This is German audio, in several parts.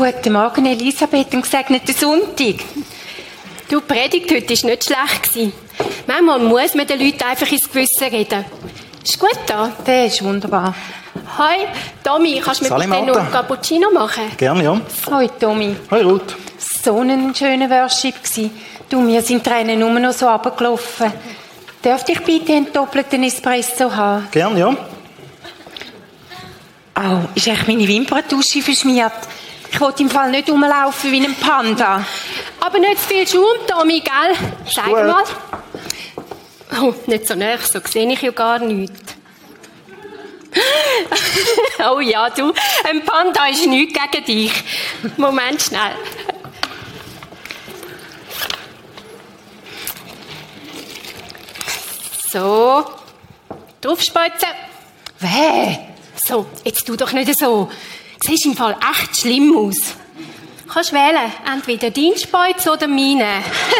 Guten Morgen, Elisabeth, und gesegneten Sonntag. Du, die Predigt heute war nicht schlecht. Manchmal muss man den Leuten einfach ins Gewissen reden. Ist gut da? Der ist wunderbar. Hi, Tommy, kannst du mir bitte Martha. noch einen Cappuccino machen? Gerne, ja. Hoi, Tommy. Hoi, Ruth. So ein schöner Worship gsi. Du, mir sind die Tränen nur noch so runtergelaufen. Dürfte ich bitte einen doppelten Espresso haben? Gerne, ja. Au, ist echt meine Wimperntusche verschmiert. Ich wollte im Fall nicht rumlaufen wie ein Panda. Aber nicht zu viel Schaum, Tommy, gell? Zeig gut. mal. Oh, nicht so nah, so sehe ich ja gar nichts. Oh ja, du, ein Panda ist nichts gegen dich. Moment, schnell. So, draufspeuzen. Weh! So, jetzt tu doch nicht so. Du siehst im Fall echt schlimm aus. Du kannst wählen, entweder deinen Speuz oder meinen.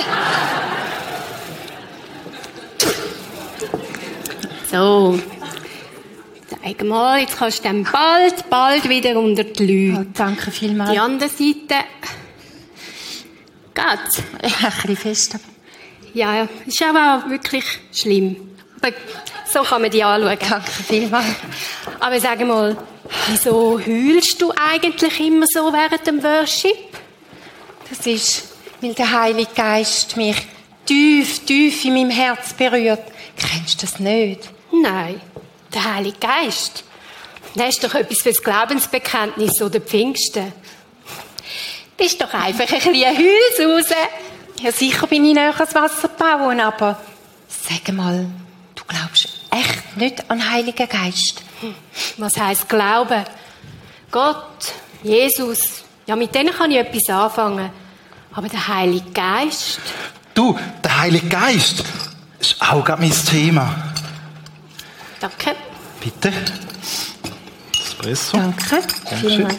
So. Zeig mal, jetzt kannst du dann bald wieder unter die Leute. Oh, danke vielmals. Die andere Seite. Geht's? Ja, ein bisschen fest. Ja, ist aber auch wirklich schlimm. Aber so kann man die anschauen. Danke vielmals. Aber sag mal, wieso heulst du eigentlich immer so während dem Worship? Das ist, weil der Heilige Geist mich tief in meinem Herz berührt. Kennst du das nicht? Nein, der Heilige Geist. Das ist doch etwas fürs Glaubensbekenntnis oder Pfingsten. Das ist doch einfach ein bisschen eine Heulsause. Ja, sicher bin ich näher ans Wasser bauen, aber sag mal, du glaubst echt nicht an den Heiligen Geist? Was heisst Glauben? Gott, Jesus, ja, mit denen kann ich etwas anfangen. Aber der Heilige Geist? Du, der Heilige Geist ist auch gerade mein Thema. Danke. Bitte. Espresso. Danke. Vielmals.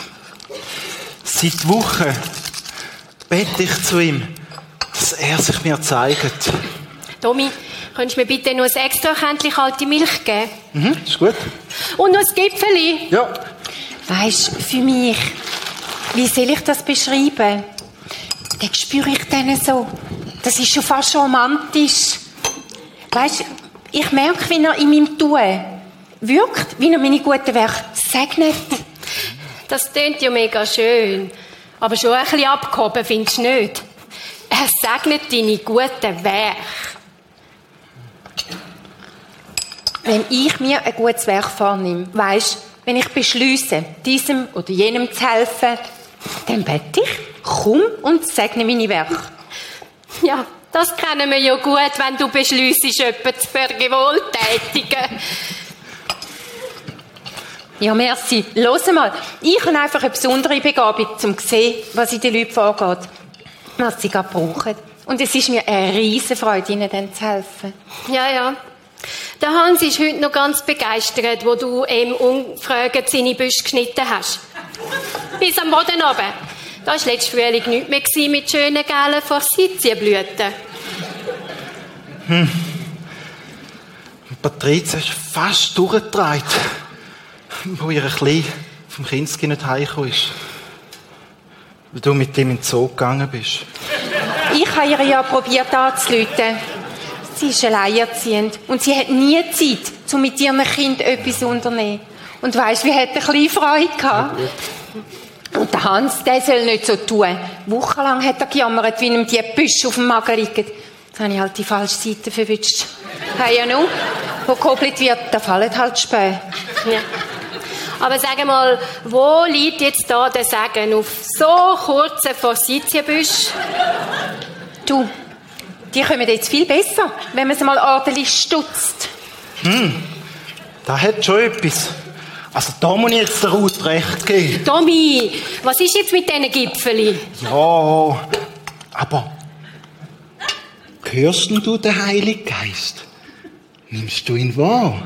Seit Wochen bete ich zu ihm, dass er sich mir zeigt. Tommy, könntest du mir bitte noch ein extra Kännchen kalte Milch geben? Mhm, ist gut. Und noch ein Gipfeli? Ja. Weisst, für mich, wie soll ich das beschreiben? Den spüre ich dann so. Das ist schon fast romantisch. Weisst, ich merke, wie er in meinem Tun wirkt, wie er meine guten Werke segnet. Das klingt ja mega schön. Aber schon ein bisschen abgehoben, findest du nicht? Er segnet deine guten Werke. Wenn ich mir ein gutes Werk vornehme, weisst, wenn ich beschliesse, diesem oder jenem zu helfen, dann bete ich, komm und segne meine Werke. Ja, das kennen wir ja gut, wenn du beschliessest, jemanden zu vergewaltigen. Ja, merci. Hör mal, ich habe einfach eine besondere Begabung, um zu sehen, was in den Leuten vorgeht, was sie gerade brauchen. Und es ist mir eine riesen Freude, ihnen dann zu helfen. Ja. Der Hans ist heute noch ganz begeistert, wo du ihm ungefragt seine Büsche geschnitten hast. Bis am Boden runter. Da war letztes Frühling nichts mehr mit schönen gelben Forsythienblüten. Patrizia ist fast durchgedreht, wo ihr Klein vom Kinski nicht heimgekommen ist. Weil du mit ihm in den Zoo gegangen bist. Ich habe ihr ja probiert anzurufen. Sie ist alleinerziehend und sie hat nie Zeit, um mit ihren Kindern etwas zu unternehmen. Und weisst, wie hat ein bisschen Freude gehabt? Und der Hans, der soll nicht so tun. Wochenlang hat er gejammert, wie ihm die Büsche auf dem Magen liegen. Jetzt habe ich halt die falsche Seite verwünscht. Hey, ja nun, wo gekoppelt wird, da fallen halt Späne. Ja. Aber sag mal, wo liegt jetzt da der Segen auf so kurzen Forsythienbüschen? Du, die kommen jetzt viel besser, wenn man sie mal ordentlich stutzt. Das hat schon etwas. Also da muss ich jetzt der Ruth recht geben. Tommy, was ist jetzt mit diesen Gipfeli? Ja, aber hörst du den Heiligen Geist? Nimmst du ihn wahr?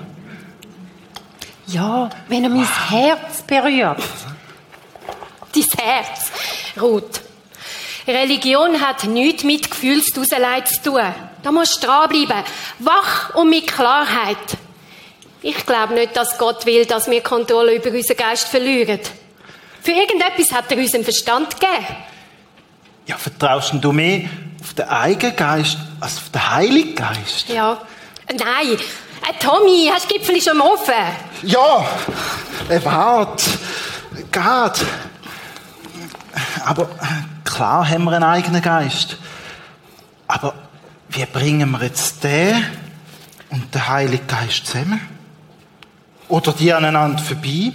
Ja, wenn er mein Herz berührt. Dein Herz, Ruth. Religion hat nichts mit Gefühlsduselei zu tun. Da musst du dranbleiben. Wach und mit Klarheit. Ich glaube nicht, dass Gott will, dass wir Kontrolle über unseren Geist verlieren. Für irgendetwas hat er uns einen Verstand gegeben. Ja, vertraust du mehr auf den eigenen Geist als auf den Heiligen Geist? Ja. Nein. Tommy, hast du Gipfeli schon im Ofen? Ja, warte. Geht. Aber klar haben wir einen eigenen Geist. Aber wie bringen wir jetzt den und den Heiligen Geist zusammen? Oder die aneinander vorbei?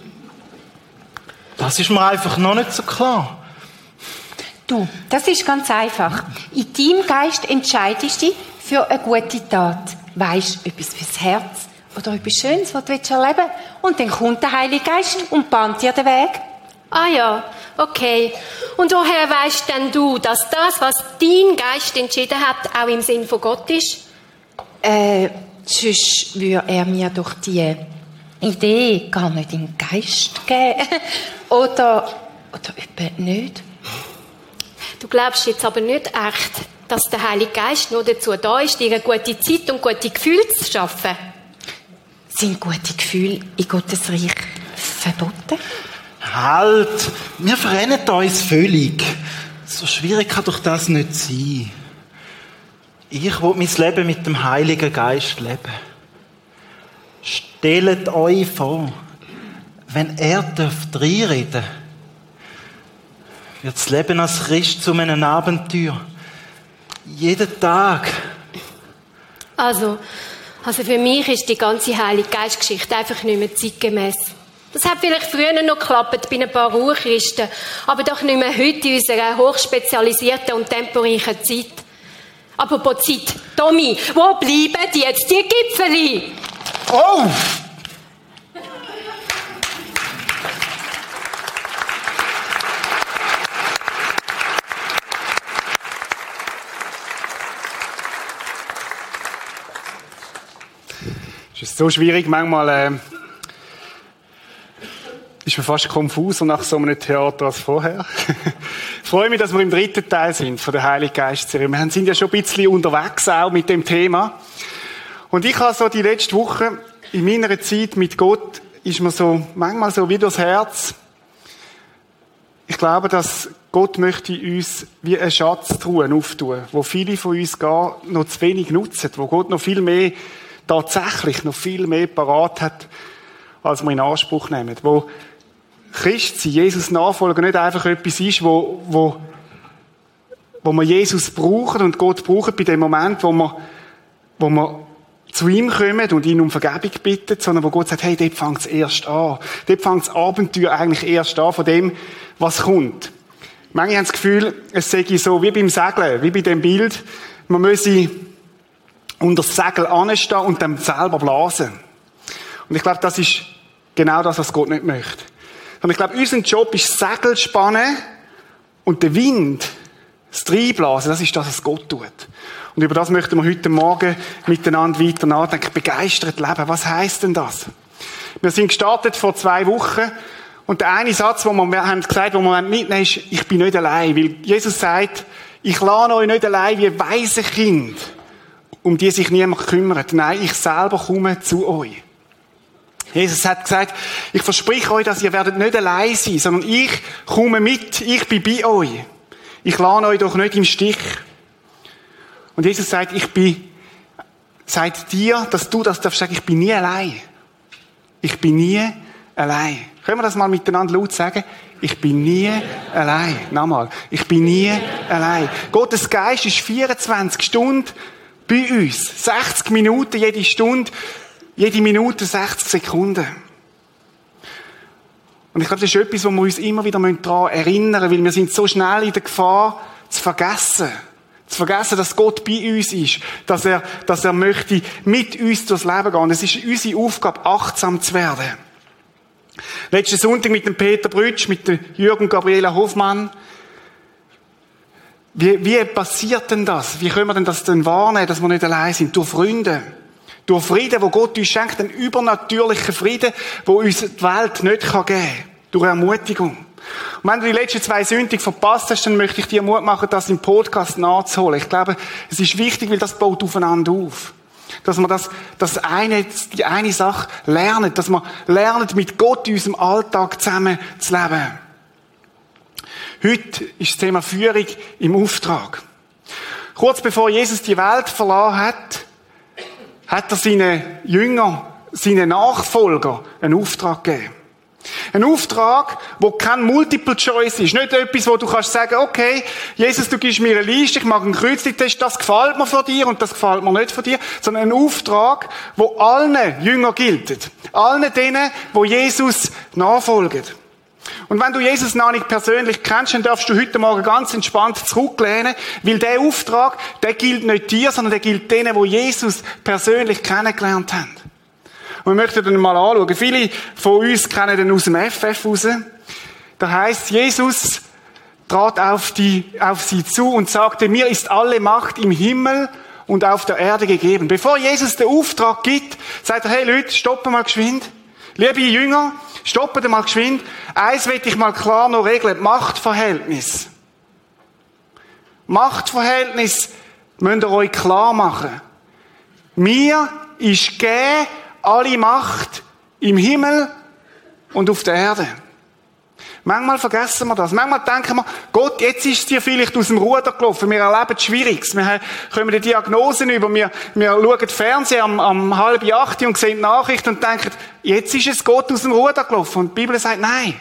Das ist mir einfach noch nicht so klar. Du, das ist ganz einfach. In deinem Geist entscheidest du dich für eine gute Tat. Weisst, etwas fürs Herz oder etwas Schönes, was du erleben willst. Und dann kommt der Heilige Geist und bahnt dir den Weg. Ah ja, okay. Und woher weisst denn du, dass das, was dein Geist entschieden hat, auch im Sinn von Gott ist? Sonst würde er mir doch die Idee gar nicht in den Geist geben. Oder etwa nicht. Du glaubst jetzt aber nicht echt, dass der Heilige Geist nur dazu da ist, dir eine gute Zeit und gute Gefühle zu schaffen? Sind gute Gefühle in Gottes Reich verboten? Halt! Wir verrennen uns völlig. So schwierig kann doch das nicht sein. Ich will mein Leben mit dem Heiligen Geist leben. Stellt euch vor, wenn er reinreden darf, wird das Leben als Christ zu einem Abenteuer. Jeden Tag. Also für mich ist die ganze Heilige Geist-Geschichte einfach nicht mehr zeitgemäß. Das hat vielleicht früher noch geklappt bei ein paar Urchristen, aber doch nicht mehr heute in unserer hochspezialisierten und temporeichen Zeit. Apropos Zeit, Tommy, wo bleiben jetzt die Gipfeli? Oh! Es ist so schwierig, manchmal ist man fast konfuser nach so einem Theater als vorher. Ich freue mich, dass wir im dritten Teil sind von der Heiligen Geist-Serie. Wir sind ja schon ein bisschen unterwegs auch mit dem Thema. Und ich habe so die letzte Woche in meiner Zeit mit Gott ist mir so manchmal so wie durchs Herz. Ich glaube, dass Gott möchte uns wie eine Schatztruhe auftun, wo viele von uns gar noch zu wenig nutzen, wo Gott noch viel mehr tatsächlich noch viel mehr parat hat, als wir in Anspruch nehmen. Wo Christsein, Jesus Nachfolger nicht einfach etwas ist, wo wir Jesus brauchen und Gott brauchen bei dem Moment, wo wir zu ihm kommen und ihn um Vergebung bitten, sondern wo Gott sagt, hey, dort fängt es erst an. Dort fängt das Abenteuer eigentlich erst an von dem, was kommt. Manche haben das Gefühl, es sei so wie beim Segeln, wie bei dem Bild, man müsse unter das Segel anstehen und dann selber blasen. Und ich glaube, das ist genau das, was Gott nicht möchte. Sondern ich glaube, unser Job ist Segel spannen und der Wind, das Reinblasen, das ist das, was Gott tut. Und über das möchten wir heute Morgen miteinander weiter nachdenken. Begeistert leben. Was heisst denn das? Wir sind gestartet vor 2 Wochen und der eine Satz, den wir haben gesagt, den wir mitnehmen, ist, ich bin nicht allein. Weil Jesus sagt, ich lasse euch nicht allein wie weise Kind, um die sich niemand kümmert. Nein, ich selber komme zu euch. Jesus hat gesagt, ich verspreche euch, dass ihr werdet nicht allein sein, sondern ich komme mit, ich bin bei euch. Ich lasse euch doch nicht im Stich. Und Jesus sagt, sagt dir, dass du das darfst sagen, ich bin nie allein. Ich bin nie allein. Können wir das mal miteinander laut sagen? Ich bin nie allein. Nochmal. Ich bin nie allein. Gottes Geist ist 24 Stunden bei uns. 60 Minuten jede Stunde, jede Minute 60 Sekunden. Und ich glaube, das ist etwas, wo wir uns immer wieder daran erinnern müssen, weil wir sind so schnell in der Gefahr, zu vergessen. Zu vergessen, dass Gott bei uns ist. Dass er möchte mit uns durchs Leben gehen. Und es ist unsere Aufgabe, achtsam zu werden. Letzten Sonntag mit dem Peter Brütsch, mit der Jürgen und Gabriela Hofmann. Wie passiert denn das? Wie können wir denn das denn wahrnehmen, dass wir nicht allein sind? Durch Freunde. Durch Frieden, wo Gott uns schenkt, einen übernatürlichen Frieden, wo uns die Welt nicht geben kann. Durch Ermutigung. Und wenn du die letzten 2 Sündig verpasst hast, dann möchte ich dir Mut machen, das im Podcast nachzuholen. Ich glaube, es ist wichtig, weil das baut aufeinander auf. Dass wir die eine Sache lernen, dass wir lernen, mit Gott in unserem Alltag zusammen zu leben. Heute ist das Thema Führung im Auftrag. Kurz bevor Jesus die Welt verlassen hat er seinen Jüngern, seinen Nachfolgern einen Auftrag gegeben. Ein Auftrag, wo kein Multiple Choice ist. Nicht etwas, wo du kannst sagen, okay, Jesus, du gibst mir eine Liste, ich mache einen Kreuztest, das gefällt mir von dir und das gefällt mir nicht von dir. Sondern ein Auftrag, wo allen Jüngern gilt. Allen denen, wo Jesus nachfolgen. Und wenn du Jesus noch nicht persönlich kennst, dann darfst du heute Morgen ganz entspannt zurücklehnen, weil der Auftrag, der gilt nicht dir, sondern der gilt denen, die Jesus persönlich kennengelernt haben. Und wir möchten dann mal anschauen. Viele von uns kennen den aus dem FF raus. Da heisst, Jesus trat auf sie zu und sagte, mir ist alle Macht im Himmel und auf der Erde gegeben. Bevor Jesus den Auftrag gibt, sagt er, hey Leute, stoppen mal geschwind. Liebe Jünger, stoppen mal geschwind. Eins will ich mal klar noch regeln. Machtverhältnis. Machtverhältnis müsst ihr euch klar machen. Mir ist gegeben alle Macht im Himmel und auf der Erde. Manchmal vergessen wir das. Manchmal denken wir, Gott, jetzt ist es dir vielleicht aus dem Ruder gelaufen. Wir erleben Schwieriges. Wir kommen die Diagnosen über. Wir schauen Fernsehen am 7:30 und sehen die Nachrichten und denken, jetzt ist es Gott aus dem Ruder gelaufen. Und die Bibel sagt nein.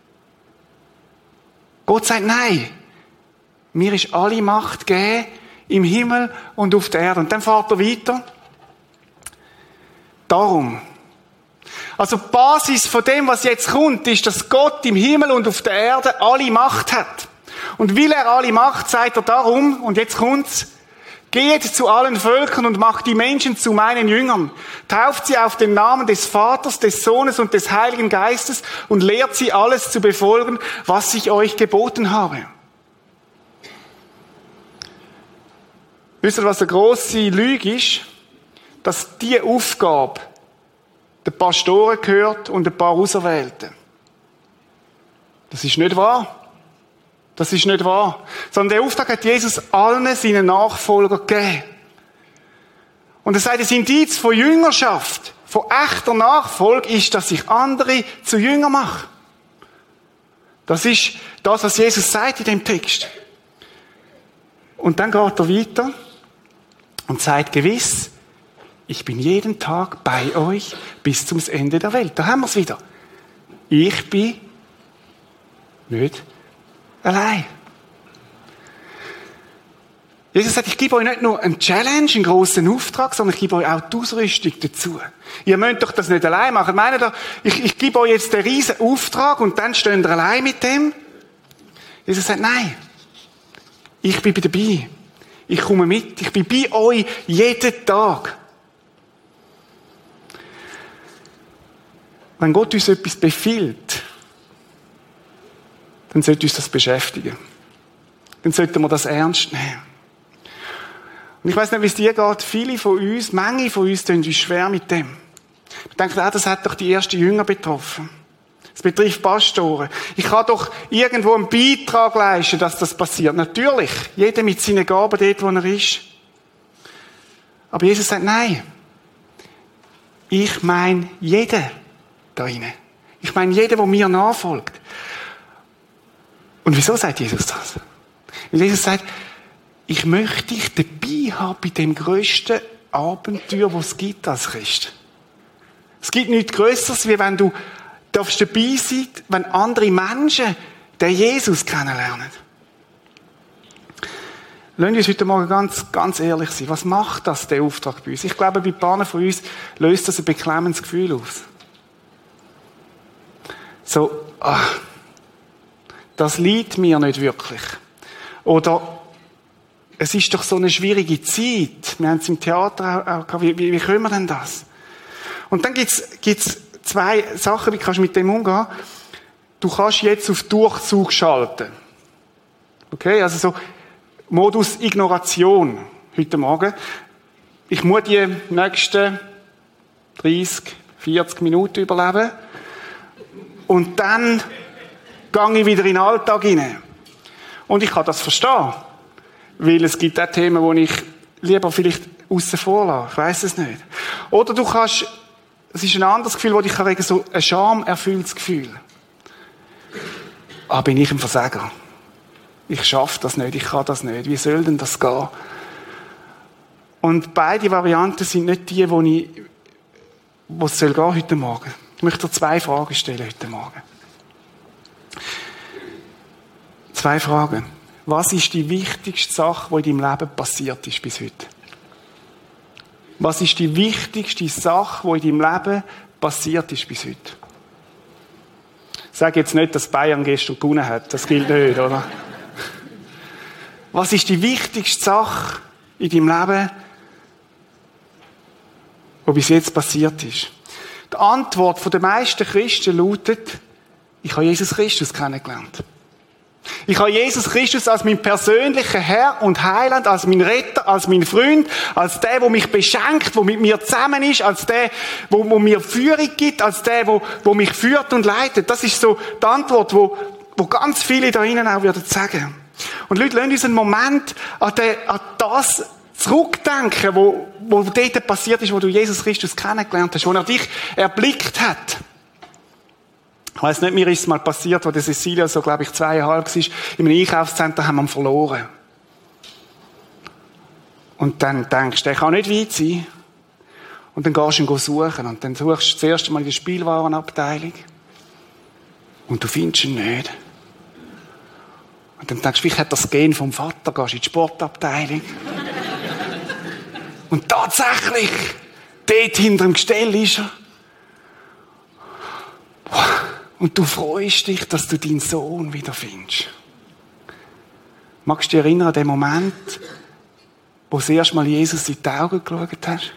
Gott sagt nein. Mir ist alle Macht gegeben im Himmel und auf der Erde. Und dann fährt er weiter. Darum. Also die Basis von dem, was jetzt kommt, ist, dass Gott im Himmel und auf der Erde alle Macht hat. Und weil er alle Macht, sagt er darum, und jetzt kommt's, geht zu allen Völkern und macht die Menschen zu meinen Jüngern. Tauft sie auf den Namen des Vaters, des Sohnes und des Heiligen Geistes und lehrt sie alles zu befolgen, was ich euch geboten habe. Wisst ihr, was eine grosse Lüge ist? Dass diese Aufgabe den Pastoren gehört und ein paar Auserwählten. Das ist nicht wahr. Das ist nicht wahr. Sondern der Auftrag hat Jesus allen seinen Nachfolgern gegeben. Und er sagt, das Indiz von Jüngerschaft, von echter Nachfolge ist, dass ich andere zu Jünger mache. Das ist das, was Jesus sagt in dem Text. Und dann geht er weiter und sagt gewiss, ich bin jeden Tag bei euch bis zum Ende der Welt. Da haben wir es wieder. Ich bin nicht allein. Jesus sagt, ich gebe euch nicht nur eine Challenge, einen grossen Auftrag, sondern ich gebe euch auch die Ausrüstung dazu. Ihr müsst doch das nicht allein machen. Meint ihr, ich gebe euch jetzt einen riesen Auftrag und dann steht ihr allein mit dem? Jesus sagt, nein. Ich bin dabei. Ich komme mit. Ich bin bei euch jeden Tag. Wenn Gott uns etwas befiehlt, dann sollte uns das beschäftigen. Dann sollten wir das ernst nehmen. Und ich weiss nicht, wie es dir geht. Viele von uns, Menge von uns, tun uns schwer mit dem. Wir denken, das hat doch die ersten Jünger betroffen. Es betrifft Pastoren. Ich kann doch irgendwo einen Beitrag leisten, dass das passiert. Natürlich. Jeder mit seinen Gaben dort, wo er ist. Aber Jesus sagt, nein. Ich meine jeden da rein. Ich meine jeden, der mir nachfolgt. Und wieso sagt Jesus das? Weil Jesus sagt, ich möchte dich dabei haben bei dem grössten Abenteuer, das es gibt als Christ. Es gibt nichts Grösseres, wie wenn du darfst dabei sein, wenn andere Menschen den Jesus kennenlernen. Lassen wir uns heute Morgen ganz ehrlich sein. Was macht das, der Auftrag bei uns? Ich glaube, bei ein paar von uns löst das ein beklemmendes Gefühl aus. So, das liegt mir nicht wirklich. Oder, es ist doch so eine schwierige Zeit. Wir haben es im Theater auch gehabt. Wie können wir denn das? Und dann gibt's zwei Sachen, wie kannst du mit dem umgehen? Du kannst jetzt auf Durchzug schalten. Okay, also so Modus Ignoration heute Morgen. Ich muss die nächsten 30, 40 Minuten überleben. Und dann gehe ich wieder in den Alltag hinein. Und ich kann das verstehen. Weil es gibt auch Themen, wo ich lieber vielleicht aussen vor lassen. Ich weiss es nicht. Oder du kannst, es ist ein anderes Gefühl, das dich regen, so ein schamerfülltes Gefühl. Ah, bin ich ein Versager? Ich schaffe das nicht, ich kann das nicht. Wie soll denn das gehen? Und beide Varianten sind nicht die, wo es soll gehen heute Morgen. Ich möchte dir 2 Fragen stellen heute Morgen. 2 Fragen. Was ist die wichtigste Sache, die in deinem Leben passiert ist bis heute? Was ist die wichtigste Sache, die in deinem Leben passiert ist bis heute? Ich sage jetzt nicht, dass Bayern gestern gewonnen hat. Das gilt nicht, oder? Was ist die wichtigste Sache in deinem Leben, die bis jetzt passiert ist? Die Antwort der meisten Christen lautet, ich habe Jesus Christus kennengelernt. Ich habe Jesus Christus als mein persönlicher Herr und Heiland, als mein Retter, als mein Freund, als der mich beschenkt, der mit mir zusammen ist, als der mir Führung gibt, als der mich führt und leitet. Das ist so die Antwort, wo ganz viele da drinnen auch würden sagen. Und Leute, lasst uns einen Moment an das zurückdenken, wo dort passiert ist, wo du Jesus Christus kennengelernt hast, wo er dich erblickt hat. Ich weiss nicht, mir ist es mal passiert, wo der Cecilia so, glaube ich, 2,5 war. In einem Einkaufszentrum haben wir ihn verloren. Und dann denkst du, der kann nicht weit sein. Und dann gehst du ihn suchen. Und dann suchst du das erste Mal in der Spielwarenabteilung. Und du findest ihn nicht. Und dann denkst du, vielleicht hat das Gen vom Vater, gehst in die Sportabteilung. Und tatsächlich, dort hinter dem Gestell ist er. Und du freust dich, dass du deinen Sohn wieder findest. Magst du dich erinnern an den Moment, wo das erste Mal Jesus in die Augen geschaut hast?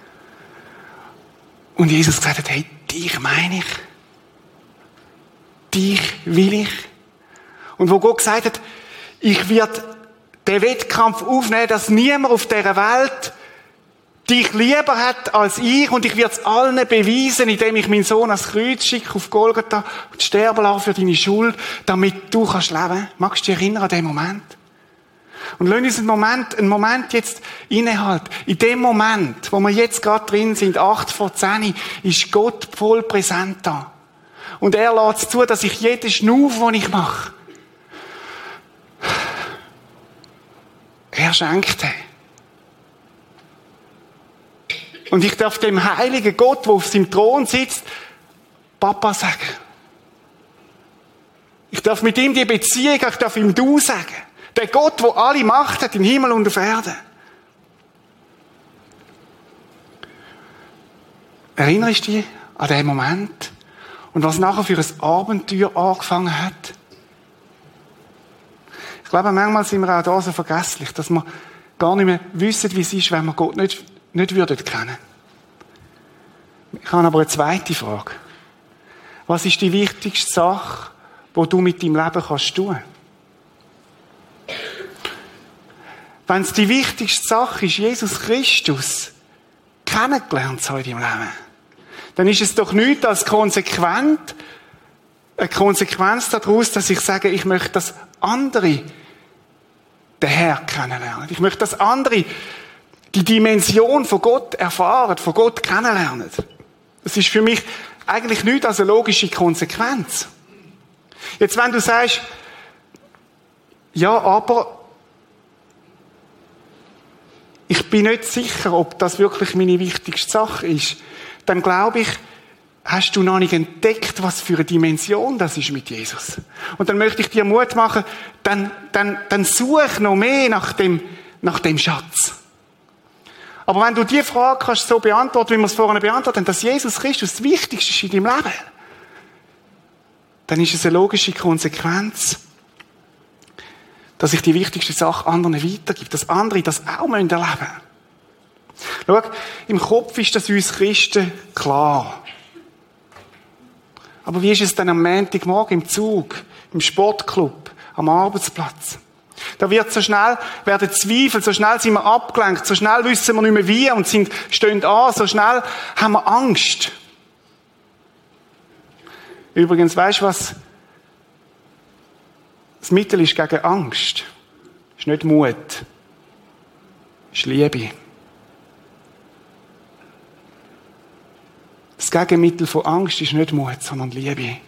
Und Jesus gesagt hat, hey, dich meine ich. Dich will ich. Und wo Gott gesagt hat, ich werde den Wettkampf aufnehmen, dass niemand auf dieser Welt dich lieber hat als ich, und ich werde es allen beweisen, indem ich meinen Sohn ans Kreuz schicke auf Golgatha und sterben lasse für deine Schuld, damit du kannst leben. Magst du dich erinnern an den Moment? Und lass uns einen Moment jetzt innehalten. In dem Moment, wo wir jetzt gerade drin sind, 8:10, ist Gott voll präsent da. Und er lässt es zu, dass ich jeden Schnuff, den ich mache, er schenkt den. Und ich darf dem heiligen Gott, der auf seinem Thron sitzt, Papa sagen. Ich darf mit ihm die Beziehung, ich darf ihm du sagen. Der Gott, der alle Macht hat, im Himmel und auf Erden. Erinnerst du dich an den Moment? Und was nachher für ein Abenteuer angefangen hat? Ich glaube, manchmal sind wir auch da so vergesslich, dass wir gar nicht mehr wissen, wie es ist, wenn wir Gott nicht würden kennen. Ich habe aber eine zweite Frage. Was ist die wichtigste Sache, die du mit deinem Leben kannst tun? Wenn es die wichtigste Sache ist, Jesus Christus kennengelernt zu haben in deinem Leben, dann ist es doch nichts als eine Konsequenz daraus, dass ich sage, ich möchte, dass andere den Herrn kennenlernen. Ich möchte, dass andere die Dimension von Gott erfahren, von Gott kennenlernen. Das ist für mich eigentlich nichts als eine logische Konsequenz. Jetzt, wenn du sagst, ja, aber ich bin nicht sicher, ob das wirklich meine wichtigste Sache ist, dann glaube ich, hast du noch nicht entdeckt, was für eine Dimension das ist mit Jesus. Und dann möchte ich dir Mut machen, dann such noch mehr nach dem Schatz. Aber wenn du die Frage kannst so beantworten, wie wir es vorhin beantwortet haben, dass Jesus Christus das Wichtigste ist in deinem Leben, dann ist es eine logische Konsequenz, dass ich die wichtigste Sache anderen weitergebe, dass andere das auch erleben müssen. Schau, im Kopf ist das uns Christen klar. Aber wie ist es dann am Montagmorgen im Zug, im Sportclub, am Arbeitsplatz? Da werden Zweifel, so schnell sind wir abgelenkt, so schnell wissen wir nicht mehr wie und stehen an, so schnell haben wir Angst. Übrigens, weißt du was? Das Mittel ist gegen Angst. Ist nicht Mut. Ist Liebe. Das Gegenmittel von Angst ist nicht Mut, sondern Liebe.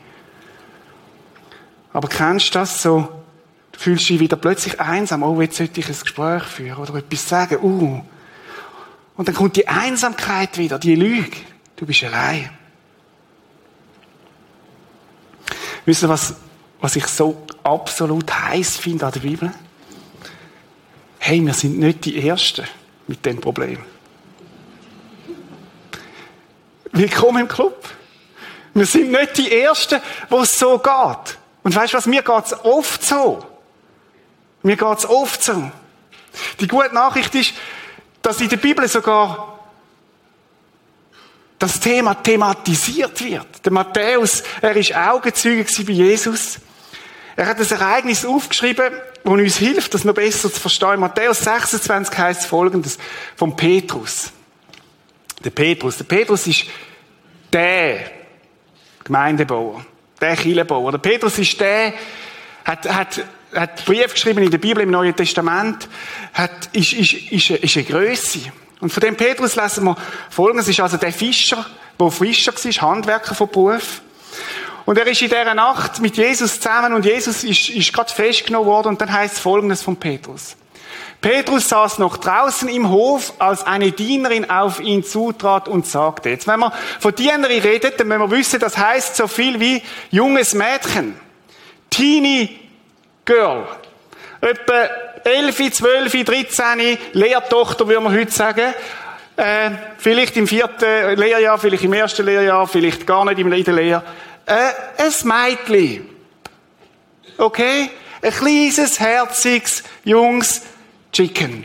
Aber kennst du das so? Du fühlst dich wieder plötzlich einsam. Oh, jetzt sollte ich ein Gespräch führen oder etwas sagen. Und dann kommt die Einsamkeit wieder, die Lüge. Du bist allein. Wisst ihr, was ich so absolut heiß finde an der Bibel? Hey, wir sind nicht die Ersten mit dem Problem. Willkommen im Club. Wir sind nicht die Ersten, wo es so geht. Und weißt du was, mir geht's oft so. Mir geht's oft so. Die gute Nachricht ist, dass in der Bibel sogar das Thema thematisiert wird. Der Matthäus, er war Augenzeuge bei Jesus. Er hat ein Ereignis aufgeschrieben, das uns hilft, das noch besser zu verstehen. In Matthäus 26 heißt Folgendes vom Petrus. Der Petrus ist der Gemeindebauer, der Kirchenbauer. Der Petrus ist der, hat Brief geschrieben in der Bibel im Neuen Testament, ist eine Grösse. Und von dem Petrus lesen wir Folgendes, ist also der Fischer, der Fischer war, Handwerker von Beruf. Und er ist in dieser Nacht mit Jesus zusammen und Jesus ist gerade festgenommen worden und dann heißt Folgendes von Petrus. Petrus saß noch draußen im Hof, als eine Dienerin auf ihn zutrat und sagte, jetzt wenn man von Dienerin redet, dann müssen wir wissen, das heißt so viel wie junges Mädchen. Teenie Girl. Etwa 11, 12, 13, Lehrtochter, würde man heute sagen. Vielleicht im 4. Lehrjahr, vielleicht im 1. Lehrjahr, vielleicht gar nicht in der Lehre. Ein Mädchen. Okay? Ein kleines, herziges, junges Chicken.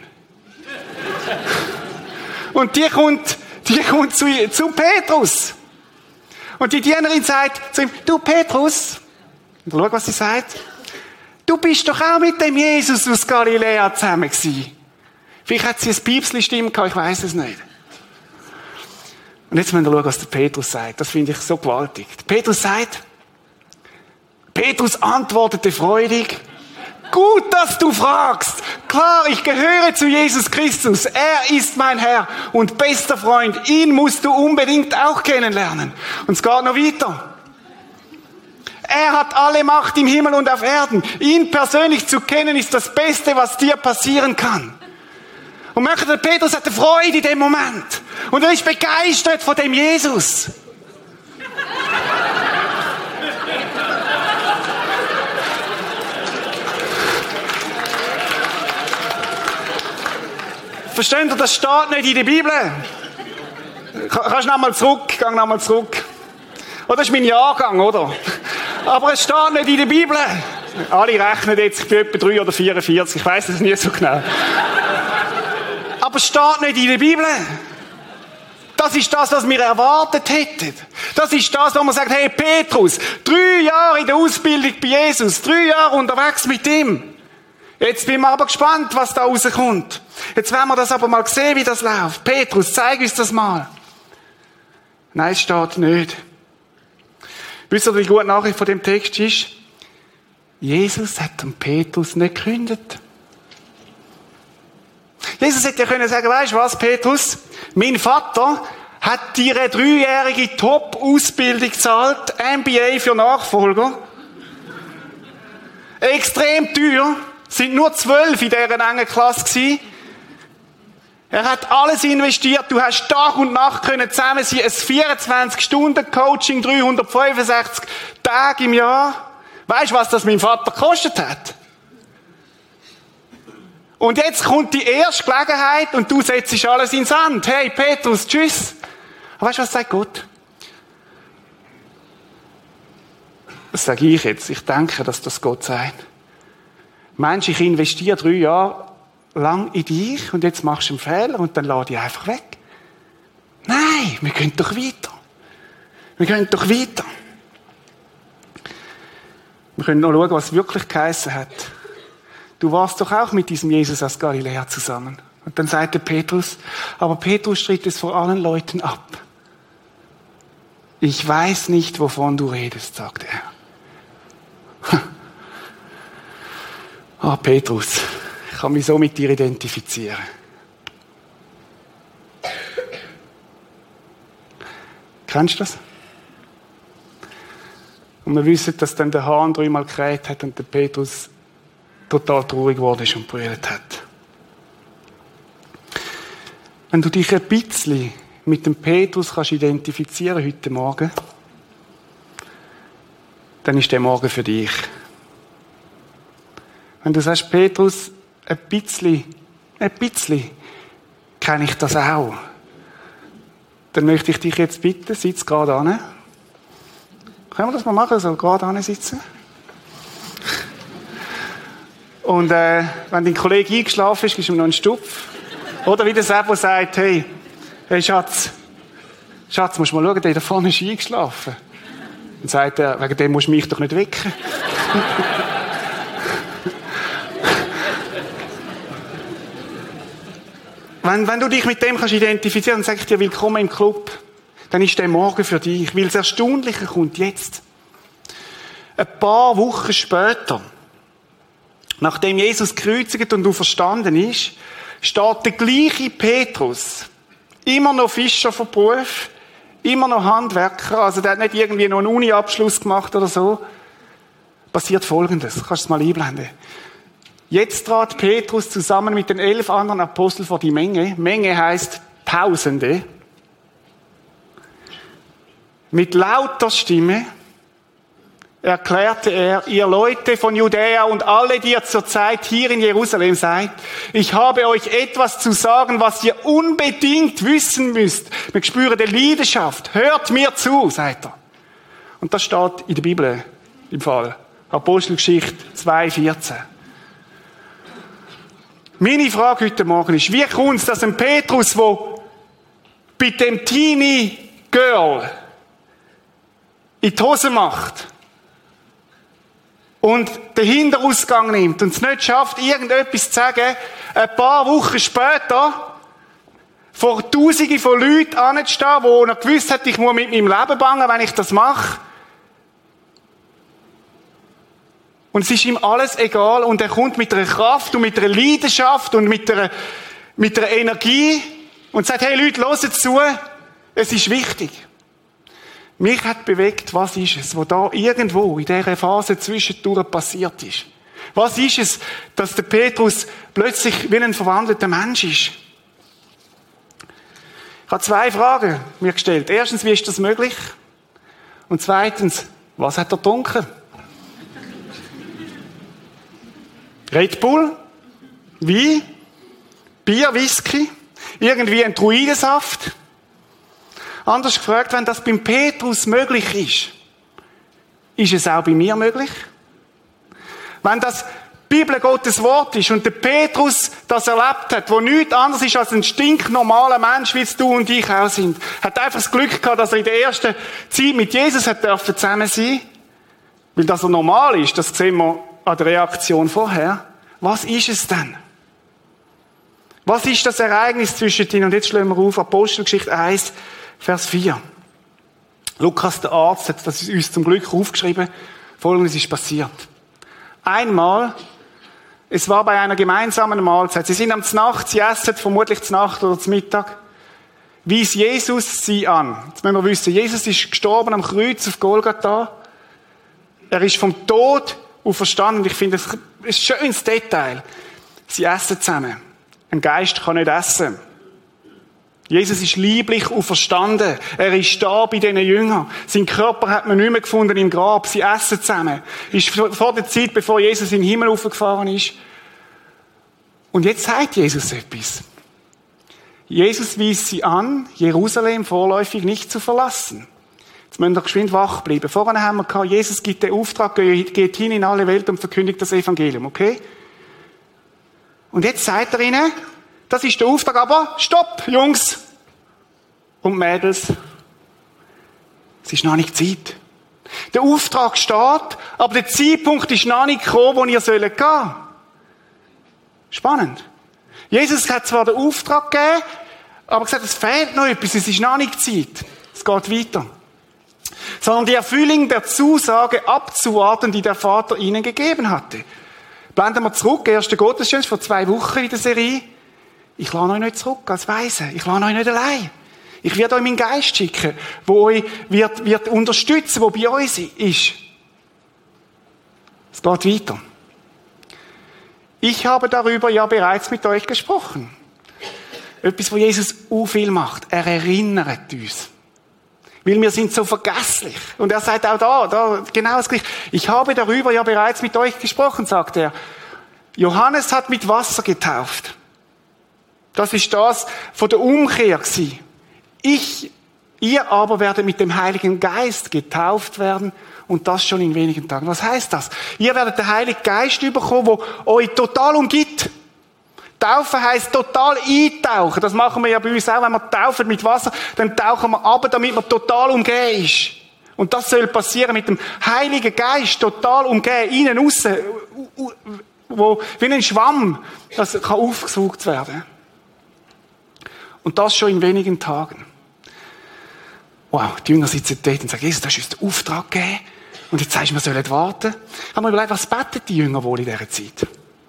Und die kommt zu Petrus. Und die Dienerin sagt zu ihm, du Petrus, und schau, was sie sagt. Du bist doch auch mit dem Jesus aus Galiläa zusammen gewesen. Vielleicht hat sie ein Piepsli-Stimme gehabt, ich weiss es nicht. Und jetzt müssen wir schauen, was der Petrus sagt. Das finde ich so gewaltig. Petrus antwortete freudig, gut, dass du fragst. Klar, ich gehöre zu Jesus Christus. Er ist mein Herr und bester Freund. Ihn musst du unbedingt auch kennenlernen. Und es geht noch weiter. Er hat alle Macht im Himmel und auf Erden. Ihn persönlich zu kennen ist das Beste, was dir passieren kann. Und der Petrus hatte Freude in dem Moment. Und er ist begeistert von dem Jesus. Versteht ihr, das steht nicht in der Bibel. Kannst du nochmal zurück? Gang nochmal zurück. Oh, das ist mein Jahrgang, oder? Aber es steht nicht in der Bibel. Alle rechnen jetzt, ich bin etwa 3 oder 44, ich weiss es nie so genau. Aber es steht nicht in der Bibel. Das ist das, was wir erwartet hätten. Das ist das, wo man sagt, hey Petrus, 3 Jahre in der Ausbildung bei Jesus, 3 Jahre unterwegs mit ihm. Jetzt bin ich aber gespannt, was da rauskommt. Jetzt werden wir das aber mal sehen, wie das läuft. Petrus, zeig uns das mal. Nein, es steht nicht. Wisst ihr, wie die gute Nachricht von dem Text ist? Jesus hat dem Petrus nicht gekündigt. Jesus hätte ja können sagen, weisst du was, Petrus? Mein Vater hat dir eine 3-jährige Top-Ausbildung gezahlt, MBA für Nachfolger. Extrem teuer. Sind nur 12 in dieser engen Klasse gewesen. Er hat alles investiert. Du hast Tag und Nacht können zusammen sein. Ein 24-Stunden-Coaching, 365 Tage im Jahr. Weißt du, was das mein Vater gekostet hat? Und jetzt kommt die erste Gelegenheit und du setzt alles in den Sand. Hey, Petrus, tschüss. Aber weißt du, was sagt Gott? Das sage ich jetzt. Ich denke, dass das Gott sagt. Mensch, ich investiere 3 Jahre lang in dich und jetzt machst du einen Fehler und dann lade ich einfach weg. Nein, wir gehen doch weiter. Wir gehen doch weiter. Wir können noch schauen, was wirklich geheissen hat. Du warst doch auch mit diesem Jesus aus Galiläa zusammen. Und dann sagte Petrus, aber Petrus stritt es vor allen Leuten ab. Ich weiß nicht, wovon du redest, sagte er. Ah, Petrus, ich kann mich so mit dir identifizieren. Kennst du das? Und wir wissen, dass dann der Hahn 3-mal gekräht hat und der Petrus total traurig geworden ist und brüllt hat. Wenn du dich ein bisschen mit dem Petrus kannst identifizieren heute Morgen, dann ist der Morgen für dich. Wenn du sagst, Petrus, ein bisschen kenne ich das auch, dann möchte ich dich jetzt bitten, sitz gerade an. Können wir das mal machen, so gerade an sitzen? Und wenn dein Kollege eingeschlafen ist, gibst du ihm noch einen Stupf. Oder wie der Sebo sagt, hey Schatz, musst du mal schauen, der da vorne ist eingeschlafen. Dann sagt er, wegen dem musst du mich doch nicht wecken. Wenn du dich mit dem kannst identifizieren, dann sage ich dir, willkommen im Club. Dann ist der Morgen für dich. Weil das Erstaunliche kommt jetzt. Ein paar Wochen später, nachdem Jesus gekreuzigt und auferstanden ist, steht der gleiche Petrus, immer noch Fischer von Beruf, immer noch Handwerker, also der hat nicht irgendwie noch einen Uni-Abschluss gemacht oder so. Passiert Folgendes, kannst du es mal einblenden. Jetzt trat Petrus zusammen mit den 11 anderen Aposteln vor die Menge. Menge heisst Tausende. Mit lauter Stimme erklärte er, ihr Leute von Judäa und alle, die ihr zurzeit hier in Jerusalem seid, ich habe euch etwas zu sagen, was ihr unbedingt wissen müsst. Wir spüren die Leidenschaft. Hört mir zu, sagt er. Und das steht in der Bibel, im Fall. Apostelgeschichte 2,14. Meine Frage heute Morgen ist, wie kommt es, dass ein Petrus, der bei dem Teenie Girl in die Hose macht und den Hinterausgang nimmt und es nicht schafft, irgendetwas zu sagen, ein paar Wochen später vor Tausenden von Leuten anzustehen, wo er gewusst hat, ich muss mit meinem Leben bangen, wenn ich das mache. Und es ist ihm alles egal und er kommt mit einer Kraft und mit einer Leidenschaft und mit einer Energie und sagt, hey Leute, hört zu, es ist wichtig. Mich hat bewegt, was ist es, was da irgendwo in dieser Phase zwischendurch passiert ist. Was ist es, dass der Petrus plötzlich wie ein verwandelter Mensch ist? Ich habe 2 Fragen mir gestellt. Erstens, wie ist das möglich? Und zweitens, was hat er getrunken? Red Bull? Wein? Bier, Whisky? Irgendwie ein Druidensaft? Anders gefragt, wenn das beim Petrus möglich ist es auch bei mir möglich? Wenn das Bibel Gottes Wort ist und der Petrus das erlebt hat, wo nichts anderes ist als ein stinknormaler Mensch, wie es du und ich auch sind, hat einfach das Glück gehabt, dass er in der ersten Zeit mit Jesus hat dürfen zusammen sein, weil das so normal ist, das sehen wir an der Reaktion vorher. Was ist es denn? Was ist das Ereignis zwischen ihnen? Und jetzt schlagen wir auf Apostelgeschichte 1, Vers 4. Lukas, der Arzt, hat das uns zum Glück aufgeschrieben. Folgendes ist passiert. Einmal, es war bei einer gemeinsamen Mahlzeit. Sie sind am Znacht, sie essen vermutlich zur Nacht oder zum Mittag. Wies Jesus sie an. Jetzt müssen wir wissen, Jesus ist gestorben am Kreuz auf Golgatha. Er ist vom Tod auferstanden. Ich finde, das ist ein schönes Detail. Sie essen zusammen. Ein Geist kann nicht essen. Jesus ist lieblich auferstanden. Er ist da bei diesen Jüngern. Sein Körper hat man nicht mehr gefunden im Grab. Sie essen zusammen. Ist vor der Zeit, bevor Jesus in den Himmel aufgefahren ist. Und jetzt sagt Jesus etwas. Jesus wies sie an, Jerusalem vorläufig nicht zu verlassen. Jetzt müssen wir geschwind wach bleiben. Vorhin haben wir gehabt, Jesus gibt den Auftrag, geht hin in alle Welt und verkündigt das Evangelium, okay? Und jetzt sagt er ihnen, das ist der Auftrag, aber stopp, Jungs und Mädels. Es ist noch nicht Zeit. Der Auftrag steht, aber der Zeitpunkt ist noch nicht gekommen, wo ihr gehen sollt. Spannend. Jesus hat zwar den Auftrag gegeben, aber gesagt, es fehlt noch etwas, es ist noch nicht Zeit. Es geht weiter. Sondern die Erfüllung der Zusage abzuwarten, die der Vater ihnen gegeben hatte. Blenden wir zurück, erster Gottesdienst vor 2 Wochen in der Serie. Ich lasse euch nicht zurück als Weise. Ich lasse euch nicht allein. Ich werde euch meinen Geist schicken, der euch wird unterstützen, der bei uns ist. Es geht weiter. Ich habe darüber ja bereits mit euch gesprochen. Etwas, was Jesus auch viel macht. Er erinnert uns. Weil wir sind so vergesslich. Und er sagt auch da genau das Gleiche. Ich habe darüber ja bereits mit euch gesprochen, sagt er. Johannes hat mit Wasser getauft. Das ist das von der Umkehr gewesen. Ihr aber werdet mit dem Heiligen Geist getauft werden und das schon in wenigen Tagen. Was heißt das? Ihr werdet den Heiligen Geist bekommen, der euch total umgibt. Taufen heisst total eintauchen. Das machen wir ja bei uns auch, wenn wir taufen mit Wasser, dann tauchen wir runter, damit man total umgeben ist. Und das soll passieren mit dem Heiligen Geist, total umgeben, innen, aussen, wo, wie ein Schwamm, das kann aufgesaugt werden. Und das schon in wenigen Tagen. Wow, die Jünger sitzen dort und sagen, Jesus, du hast uns den Auftrag gegeben. Und jetzt sagst du, wir sollen warten. Ich habe mir überlegt, was beten die Jünger wohl in dieser Zeit?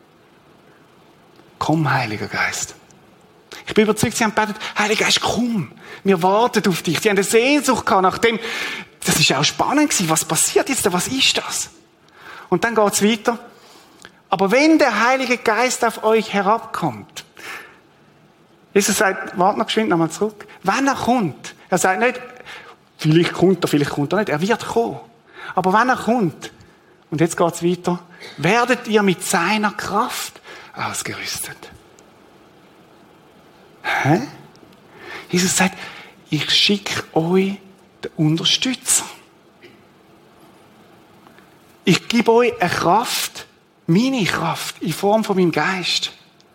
Komm, Heiliger Geist. Ich bin überzeugt, sie haben gebetet, Heiliger Geist, komm. Wir warten auf dich. Sie haben eine Sehnsucht gehabt nach dem. Das ist auch spannend gewesen. Was passiert jetzt? Was ist das? Und dann geht's weiter. Aber wenn der Heilige Geist auf euch herabkommt, Jesus sagt, warte noch geschwind nochmal zurück. Wenn er kommt, er sagt nicht, vielleicht kommt er nicht, er wird kommen. Aber wenn er kommt, und jetzt geht's weiter, werdet ihr mit seiner Kraft ausgerüstet. Hä? Jesus sagt, ich schicke euch den Unterstützer. Ich gebe euch eine Kraft, meine Kraft, in Form von meinem Geist.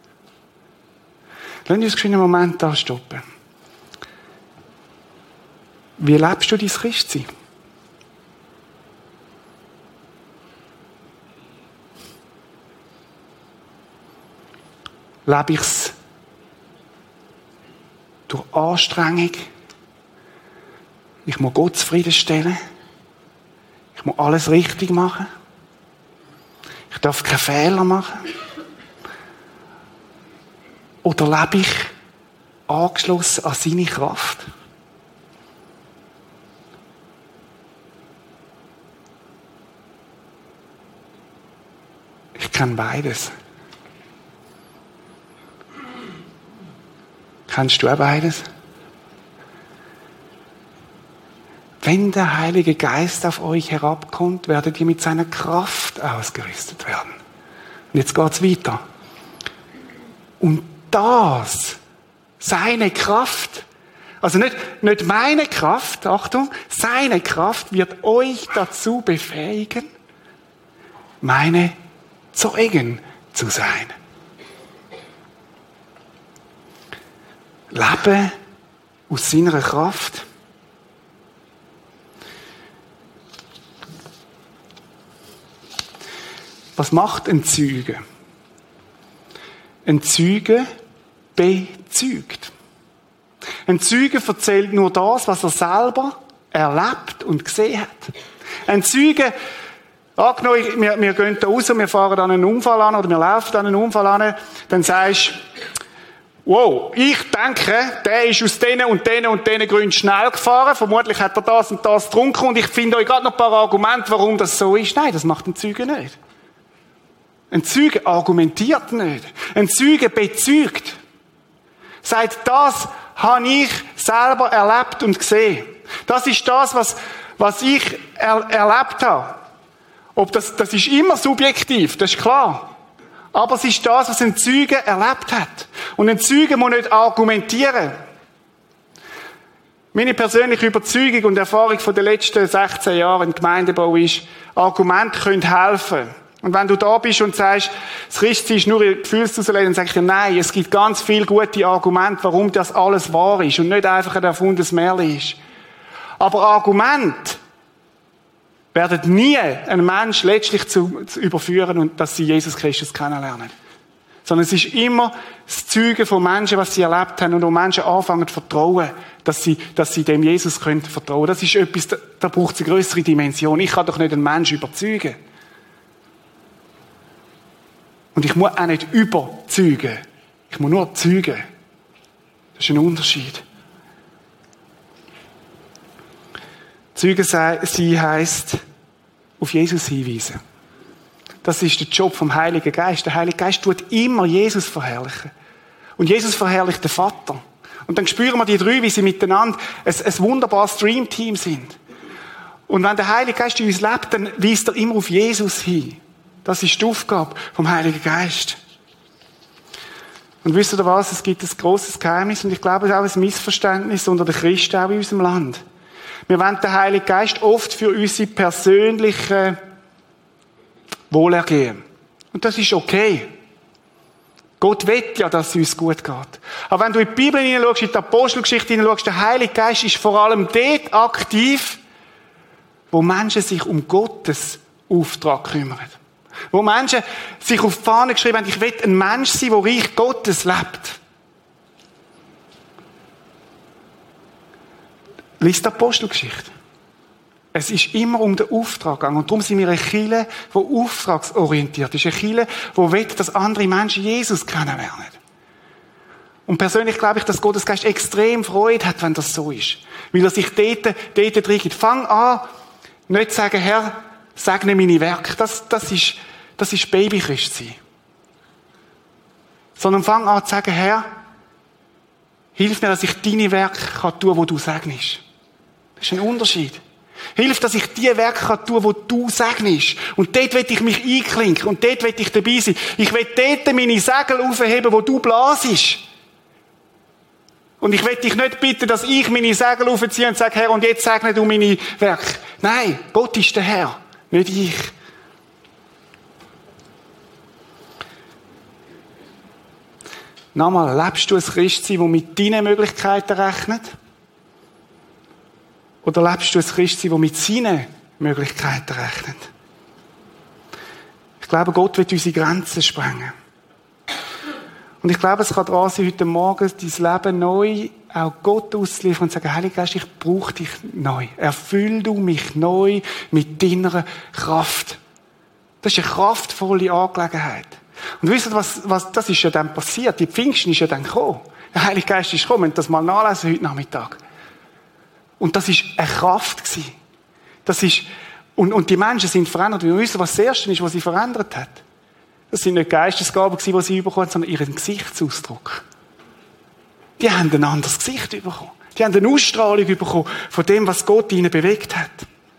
Lass uns einen Moment da stoppen. Wie lebst du dein Christsein? Lebe ich es durch Anstrengung? Ich muss Gott zufriedenstellen. Ich muss alles richtig machen. Ich darf keine Fehler machen. Oder lebe ich angeschlossen an seine Kraft? Ich kenne beides. Kennst du auch beides? Wenn der Heilige Geist auf euch herabkommt, werdet ihr mit seiner Kraft ausgerüstet werden. Und jetzt geht's weiter. Und das, seine Kraft, also nicht meine Kraft, Achtung, seine Kraft wird euch dazu befähigen, meine Zeugen zu sein. Lebe aus seiner Kraft. Was macht ein Zeuge? Ein Zeuge bezeugt. Ein Zeuge erzählt nur das, was er selber erlebt und gesehen hat. Ein Zeuge, angenommen, wir gehen da raus, wir fahren an einen Unfall an oder wir laufen an einen Unfall an, dann sagst du, wow, ich denke, der ist aus diesen und diesen Gründen schnell gefahren. Vermutlich hat er das und das getrunken und ich finde euch gerade noch ein paar Argumente, warum das so ist. Nein, das macht ein Zeuge nicht. Ein Zeuge argumentiert nicht. Ein Zeuge bezeugt. Sagt, das habe ich selber erlebt und gesehen. Das ist das, was ich erlebt habe. Das ist immer subjektiv, das ist klar. Aber es ist das, was ein Zeuge erlebt hat. Und ein Zeuge muss nicht argumentieren. Meine persönliche Überzeugung und Erfahrung von den letzten 16 Jahren im Gemeindebau ist, Argumente können helfen. Und wenn du da bist und sagst, das Christsein ist nur ein Gefühlsauslegung, dann sage ich dir, nein, es gibt ganz viele gute Argumente, warum das alles wahr ist und nicht einfach ein erfundenes Märchen ist. Aber Argumente werden nie einen Menschen letztlich zu überführen und dass sie Jesus Christus kennenlernen. Sondern es ist immer das Zeugen von Menschen, was sie erlebt haben und wo Menschen anfangen zu vertrauen, dass sie dem Jesus können vertrauen. Das ist etwas, da braucht es eine größere Dimension. Ich kann doch nicht einen Menschen überzeugen. Und ich muss auch nicht überzeugen. Ich muss nur zeugen. Das ist ein Unterschied. Zeuge sein heisst, auf Jesus hinweisen. Das ist der Job vom Heiligen Geist. Der Heilige Geist tut immer Jesus verherrlichen. Und Jesus verherrlicht den Vater. Und dann spüren wir die drei, wie sie miteinander ein wunderbares Dreamteam sind. Und wenn der Heilige Geist in uns lebt, dann weist er immer auf Jesus hin. Das ist die Aufgabe vom Heiligen Geist. Und wisst ihr was? Es gibt ein grosses Geheimnis und ich glaube, es ist auch ein Missverständnis unter den Christen, auch in unserem Land. Wir wollen den Heiligen Geist oft für unsere persönliche Wohlergehen. Und das ist okay. Gott will ja, dass es uns gut geht. Aber wenn du in die Bibel hineinschaust, in die Apostelgeschichte hineinschaust, der Heilige Geist ist vor allem dort aktiv, wo Menschen sich um Gottes Auftrag kümmern. Wo Menschen sich auf die Fahne geschrieben haben, ich will ein Mensch sein, der Reich Gottes lebt. Lies die Apostelgeschichte. Es ist immer um den Auftrag gegangen. Und darum sind wir eine Kirche, die auftragsorientiert ist. Eine Kirche, die will, dass andere Menschen Jesus kennenlernen. Und persönlich glaube ich, dass Gottes Geist extrem Freude hat, wenn das so ist. Weil er sich dort reingibt. Fang an, nicht zu sagen, Herr, segne meine Werke. Das ist Babychristsein. Sondern fang an zu sagen, Herr, hilf mir, dass ich deine Werke tun kann, die du segnest. Das ist ein Unterschied. Hilf, dass ich die Werke tun kann, die du segnest. Und dort will ich mich einklinken. Und dort will ich dabei sein. Ich will dort meine Segel aufheben, wo du blasest. Und ich will dich nicht bitten, dass ich meine Segel aufziehe und sage, Herr, und jetzt segne du meine Werke. Nein, Gott ist der Herr, nicht ich. Nochmal, lebst du ein Christsein, das mit deinen Möglichkeiten rechnet? Oder lebst du ein Christsein, das mit seinen Möglichkeiten rechnet? Ich glaube, Gott wird unsere Grenzen sprengen. Und ich glaube, es kann dran sein, heute Morgen dein Leben neu auch Gott auszuliefern und zu sagen, Heiliger Geist, ich brauche dich neu. Erfüll du mich neu mit deiner Kraft. Das ist eine kraftvolle Angelegenheit. Und wisst ihr, was das ist ja dann passiert? Die Pfingsten ist ja dann gekommen. Der Heilige Geist ist gekommen. Das mal nachlesen heute Nachmittag. Und das ist eine Kraft gewesen. Das ist, und die Menschen sind verändert. Wir wissen, was das Erste ist, was sie verändert hat. Das sind nicht Geistesgaben gewesen, die sie bekommen, sondern ihren Gesichtsausdruck. Die haben ein anderes Gesicht bekommen. Die haben eine Ausstrahlung bekommen von dem, was Gott ihnen bewegt hat.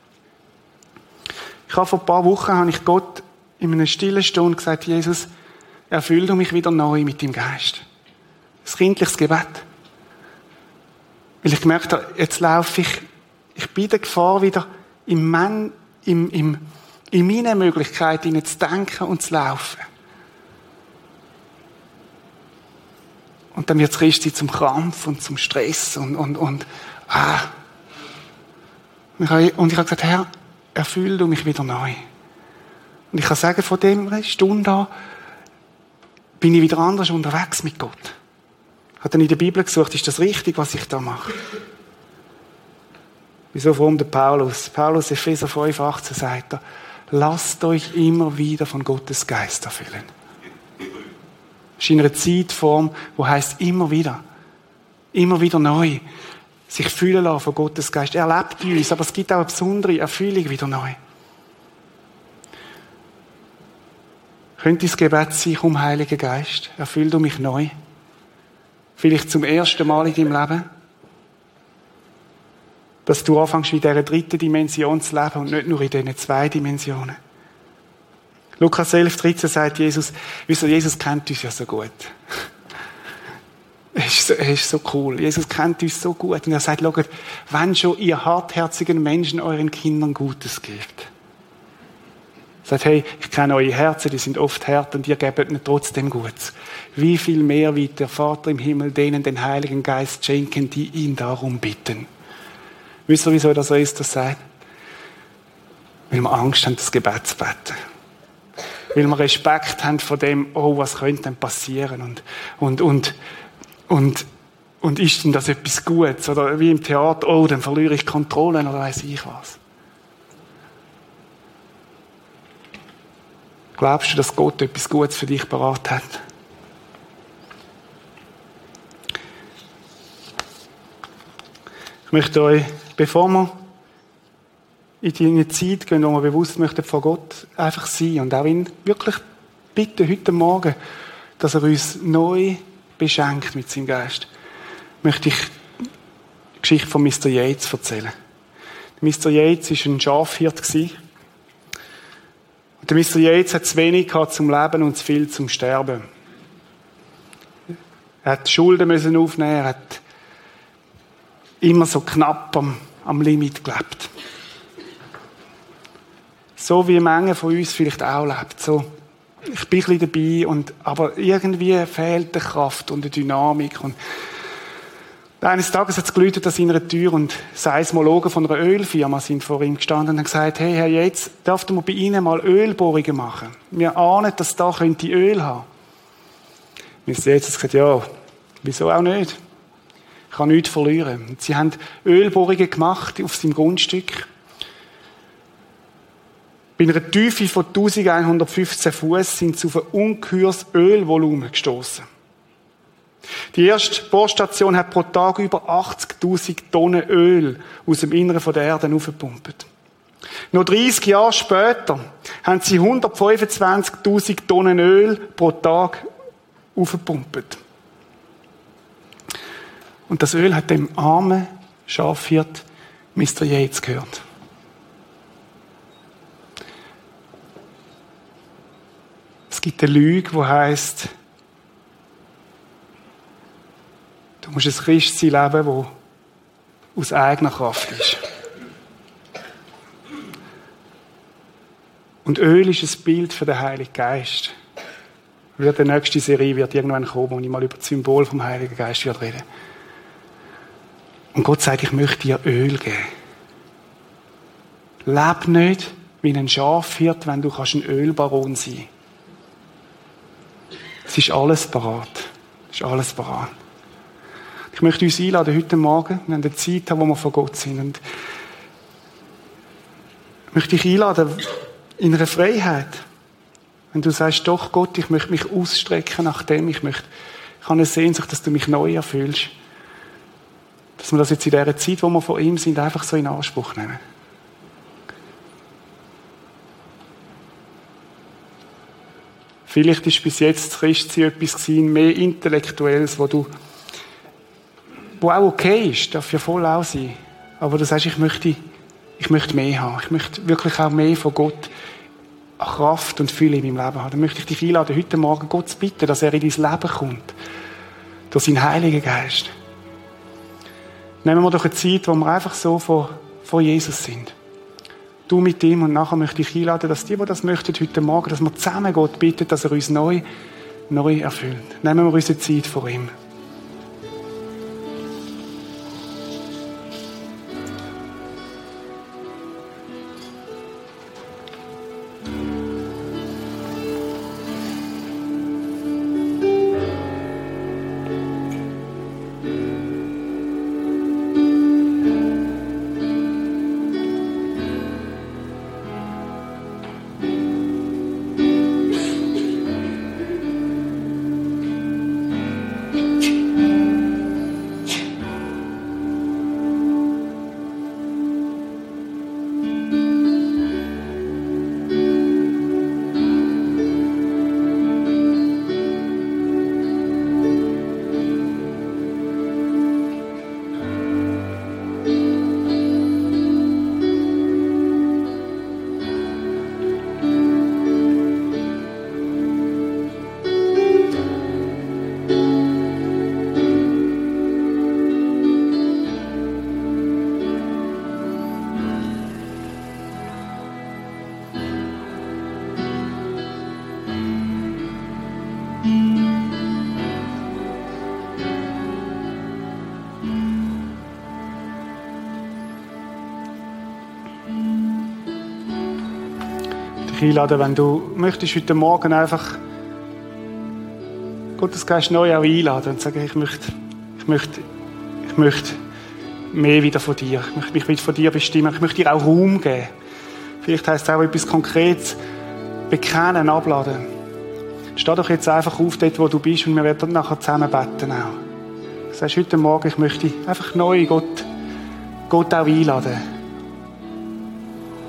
Vor ein paar Wochen habe ich Gott in einer stillen Stunde gesagt, Jesus, erfüll du mich wieder neu mit deinem Geist. Ein kindliches Gebet. Weil ich gemerkt habe, jetzt laufe ich bin in der Gefahr, wieder in meinen Möglichkeiten zu denken und zu laufen. Und dann wird es richtig zum Krampf und zum Stress und ich habe gesagt, Herr, erfüll du mich wieder neu. Und ich kann sagen, von dieser Stunde an bin ich wieder anders unterwegs mit Gott. Ich habe dann in der Bibel gesucht, ist das richtig, was ich da mache? Wieso warum der Paulus? Paulus, Epheser 5,18 sagt er, lasst euch immer wieder von Gottes Geist erfüllen. Das ist in einer Zeitform, die heisst immer wieder neu, sich fühlen lassen von Gottes Geist. Er lebt in uns, aber es gibt auch eine besondere Erfüllung wieder neu. Könnte das Gebet sein, komm, Heiliger Geist, erfüll du mich neu. Vielleicht zum ersten Mal in deinem Leben. Dass du anfängst, in dieser dritten Dimension zu leben und nicht nur in diesen 2 Dimensionen. Lukas 11,13 sagt Jesus, Jesus kennt uns ja so gut. Er ist so cool. Jesus kennt uns so gut. Und er sagt, schaut, wenn schon ihr hartherzigen Menschen euren Kindern Gutes gebt. Er sagt, hey, ich kenne eure Herzen, die sind oft hart und ihr gebt ihnen trotzdem Gutes. Wie viel mehr wird der Vater im Himmel denen den Heiligen Geist schenken, die ihn darum bitten. Wisst ihr, wieso das so ist, das sagt? Weil wir Angst haben, das Gebet zu beten. Weil wir Respekt haben vor dem, oh, was könnte denn passieren? Und ist denn das etwas Gutes? Oder wie im Theater, oh, dann verliere ich Kontrollen oder weiss ich was. Glaubst du, dass Gott etwas Gutes für dich parat hat? Ich möchte euch, bevor wir in die Zeit gehen, wo wir bewusst möchten vor Gott einfach sein und auch ihn wirklich bitten, heute Morgen, dass er uns neu beschenkt mit seinem Geist, möchte ich die Geschichte von Mr. Yates erzählen. Mr. Yates war ein Schafhirt. Und der Mr. Yates hat zu wenig gehabt zum Leben und zu viel zum Sterben. Er hat Schulden müssen aufnehmen, er hat immer so knapp am Limit gelebt. So wie Menge von uns vielleicht auch lebt. So, ich bin ein bisschen dabei, aber irgendwie fehlt die Kraft und die Dynamik. Und eines Tages hat es geläutet an seiner Tür und Seismologen von einer Ölfirma sind vor ihm gestanden und haben gesagt, hey Herr Yates, dürften wir bei Ihnen mal Ölbohrungen machen? Wir ahnen, dass da könnte Öl haben. Mr. Yates hat gesagt, ja, wieso auch nicht? Ich kann nichts verlieren. Und sie haben Ölbohrungen gemacht auf seinem Grundstück. Bei einer Tiefe von 1115 Fuß sind sie auf ein ungeheures Ölvolumen gestoßen. Die erste Bohrstation hat pro Tag über 80.000 Tonnen Öl aus dem Inneren der Erde aufgepumpt. Noch 30 Jahre später haben sie 125.000 Tonnen Öl pro Tag aufgepumpt. Und das Öl hat dem armen Schafhirt Mr. Yates gehört. Es gibt eine Lüge, die heisst, du musst ein Christsein leben, das aus eigener Kraft ist. Und Öl ist ein Bild für den Heiligen Geist. Die nächste Serie wird irgendwann kommen, wo ich mal über das Symbol vom Heiligen Geist reden werde. Und Gott sagt, ich möchte dir Öl geben. Leb nicht wie ein Schafhirt, wenn du ein Ölbaron sein kannst. Es ist alles parat. Es ist alles parat. Ich möchte uns einladen, heute Morgen, wir haben eine Zeit, wo wir vor Gott sind. Und ich möchte dich einladen, in einer Freiheit. Wenn du sagst, doch Gott, ich möchte mich ausstrecken nach dem, ich habe eine Sehnsucht, dass du mich neu erfüllst. Dass wir das jetzt in dieser Zeit, wo wir vor ihm sind, einfach so in Anspruch nehmen. Vielleicht ist bis jetzt das Christsein etwas gewesen, mehr Intellektuelles, wo auch okay ist, darf ja voll auch sein. Aber du sagst, ich möchte mehr haben. Ich möchte wirklich auch mehr von Gott Kraft und Fülle in meinem Leben haben. Dann möchte ich dich einladen, heute Morgen Gott zu bitten, dass er in dein Leben kommt. Durch seinen Heiligen Geist. Nehmen wir doch eine Zeit, wo wir einfach so vor Jesus sind. Du mit ihm und nachher möchte ich einladen, dass die das möchten heute Morgen, dass wir zusammen Gott bitten, dass er uns neu erfüllt. Nehmen wir unsere Zeit vor ihm. Einladen, wenn du möchtest heute Morgen einfach Gottes Geist neu auch einladen und sagen, ich möchte mehr wieder von dir. Ich möchte mich wieder von dir bestimmen. Ich möchte dir auch Raum geben. Vielleicht heisst es auch etwas Konkretes bekennen, abladen. Steh doch jetzt einfach auf dort, wo du bist und wir werden nachher zusammen beten auch. Du sagst heute Morgen, ich möchte einfach neu Gott auch einladen.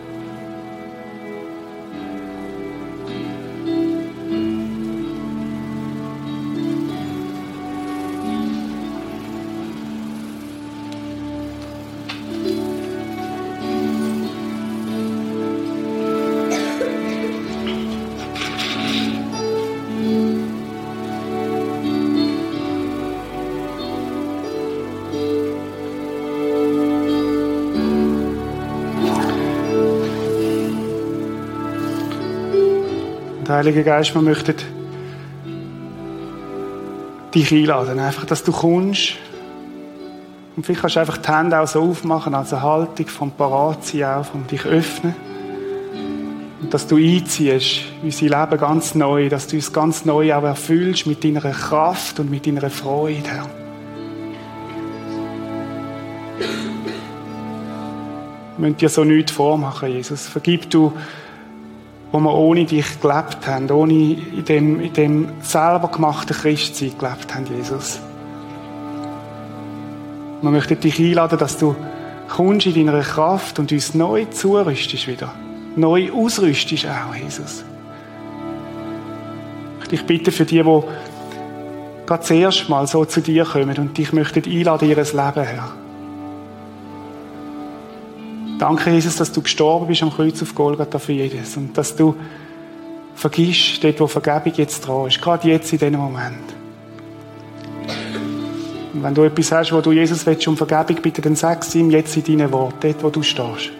Heiliger Geist, wir möchten dich einladen, einfach, dass du kommst. Und vielleicht kannst du einfach die Hände auch so aufmachen, als eine Haltung vom Paratsein auch, vom dich öffnen. Und dass du einziehst in unser Leben ganz neu, dass du uns ganz neu auch erfüllst mit deiner Kraft und mit deiner Freude, Herr. Wir müssen dir so nichts vormachen, Jesus. Vergib du, wo wir ohne dich gelebt haben, ohne in dem selber gemachten Christsein gelebt haben, Jesus. Wir möchten dich einladen, dass du kommst in deiner Kraft und uns neu zurüstest wieder. Neu ausrüstest auch, Jesus. Ich bitte für die gerade das erste Mal so zu dir kommen und dich möchten einladen, ihr Leben, Herr. Danke, Jesus, dass du gestorben bist am Kreuz auf Golgatha für jedes und dass du vergisst, dort wo Vergebung jetzt dran ist, gerade jetzt in diesem Moment. Und wenn du etwas hast, wo du Jesus willst, um Vergebung bitten, dann sag es ihm jetzt in deinen Worten, dort wo du stehst.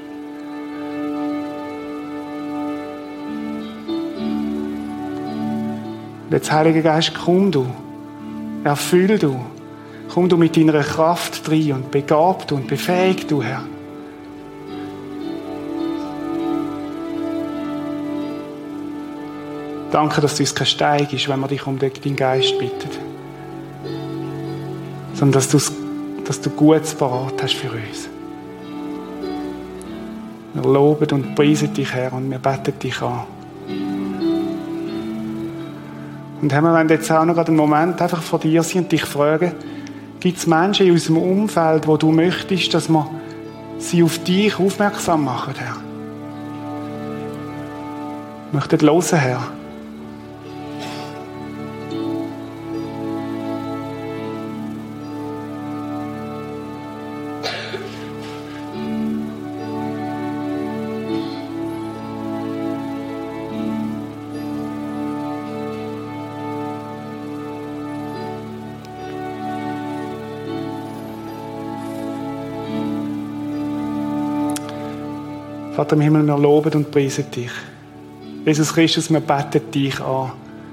Und jetzt, Heiliger Geist, komm du, erfüll du, komm du mit deiner Kraft rein und begab du und befähig du, Herr. Danke, dass du uns kein Stein gibst, wenn wir dich um deinen Geist bitten. Sondern dass du Gutes parat hast für uns. Wir loben und preisen dich, Herr, und wir beten dich an. Und Herr, wir wollen jetzt auch noch einen Moment einfach vor dir sein und dich fragen, gibt es Menschen in unserem Umfeld, wo du möchtest, dass wir sie auf dich aufmerksam machen, Herr? Wir möchten hören, Herr. Vater im Himmel, wir loben und preisen dich. Jesus Christus, wir beten dich an.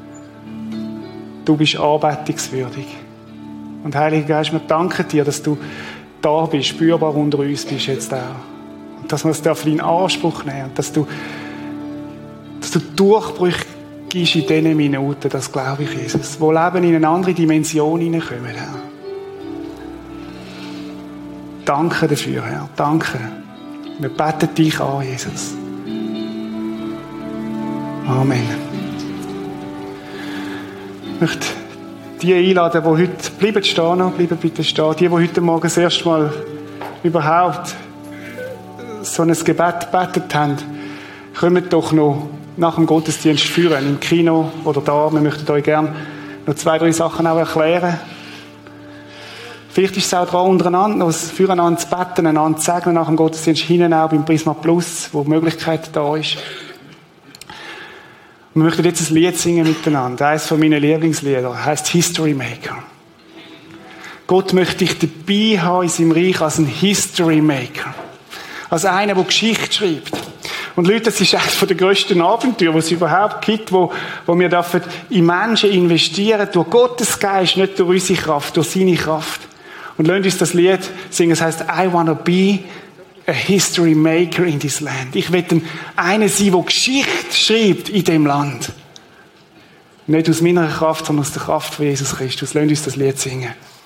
Du bist anbetungswürdig. Und Heiliger Geist, wir danken dir, dass du da bist, spürbar unter uns bist jetzt auch. Und dass wir es in deinen Anspruch nehmen und dass du Durchbrüche gibst in diesen Minuten, das glaube ich, Jesus. Wo Leben in eine andere Dimension hineinkommen, Herr. Danke dafür, Herr. Danke. Wir beten dich an, Jesus. Amen. Ich möchte die einladen, die heute, bleiben bitte stehen, die heute Morgen das erste Mal überhaupt so ein Gebet gebetet haben, kommt doch noch nach dem Gottesdienst führen, im Kino oder da. Wir möchten euch gerne noch 2, 3 Sachen auch erklären. Vielleicht ist es auch dran, untereinander noch füreinander zu beten, einander zu segnen nach dem Gottesdienst, hinten auch beim Prisma Plus, wo die Möglichkeit da ist. Und wir möchten jetzt ein Lied singen miteinander. Eines von meinen Lieblingslieder heisst History Maker. Gott möchte dich dabei haben in seinem Reich als ein History Maker. Als einer, der Geschichte schreibt. Und Leute, das ist eines der grössten Abenteuer, die es überhaupt gibt, wo wir dürfen in Menschen investieren, durch Gottes Geist, nicht durch unsere Kraft, durch seine Kraft. Und lasst uns das Lied singen, das heisst, I wanna be a history maker in this land. Ich will einer sein, der Geschichte schreibt in dem Land. Nicht aus meiner Kraft, sondern aus der Kraft von Jesus Christus. Lasst uns das Lied singen.